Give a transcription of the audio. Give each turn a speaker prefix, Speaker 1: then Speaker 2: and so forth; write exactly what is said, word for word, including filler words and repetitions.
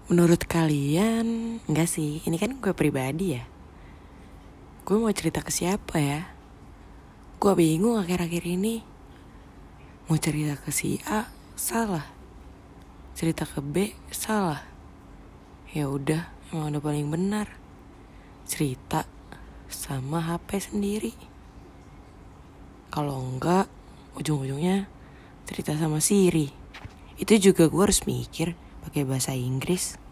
Speaker 1: Menurut kalian, enggak sih, ini kan gue pribadi ya. Gue mau cerita ke siapa ya? Gue bingung akhir-akhir ini. Mau cerita ke si A, salah. Cerita ke B, salah. Ya udah, emang udah paling benar. Cerita sama H P sendiri. Kalau enggak, ujung-ujungnya cerita sama Siri. Itu juga gue harus mikir pakai bahasa Inggris.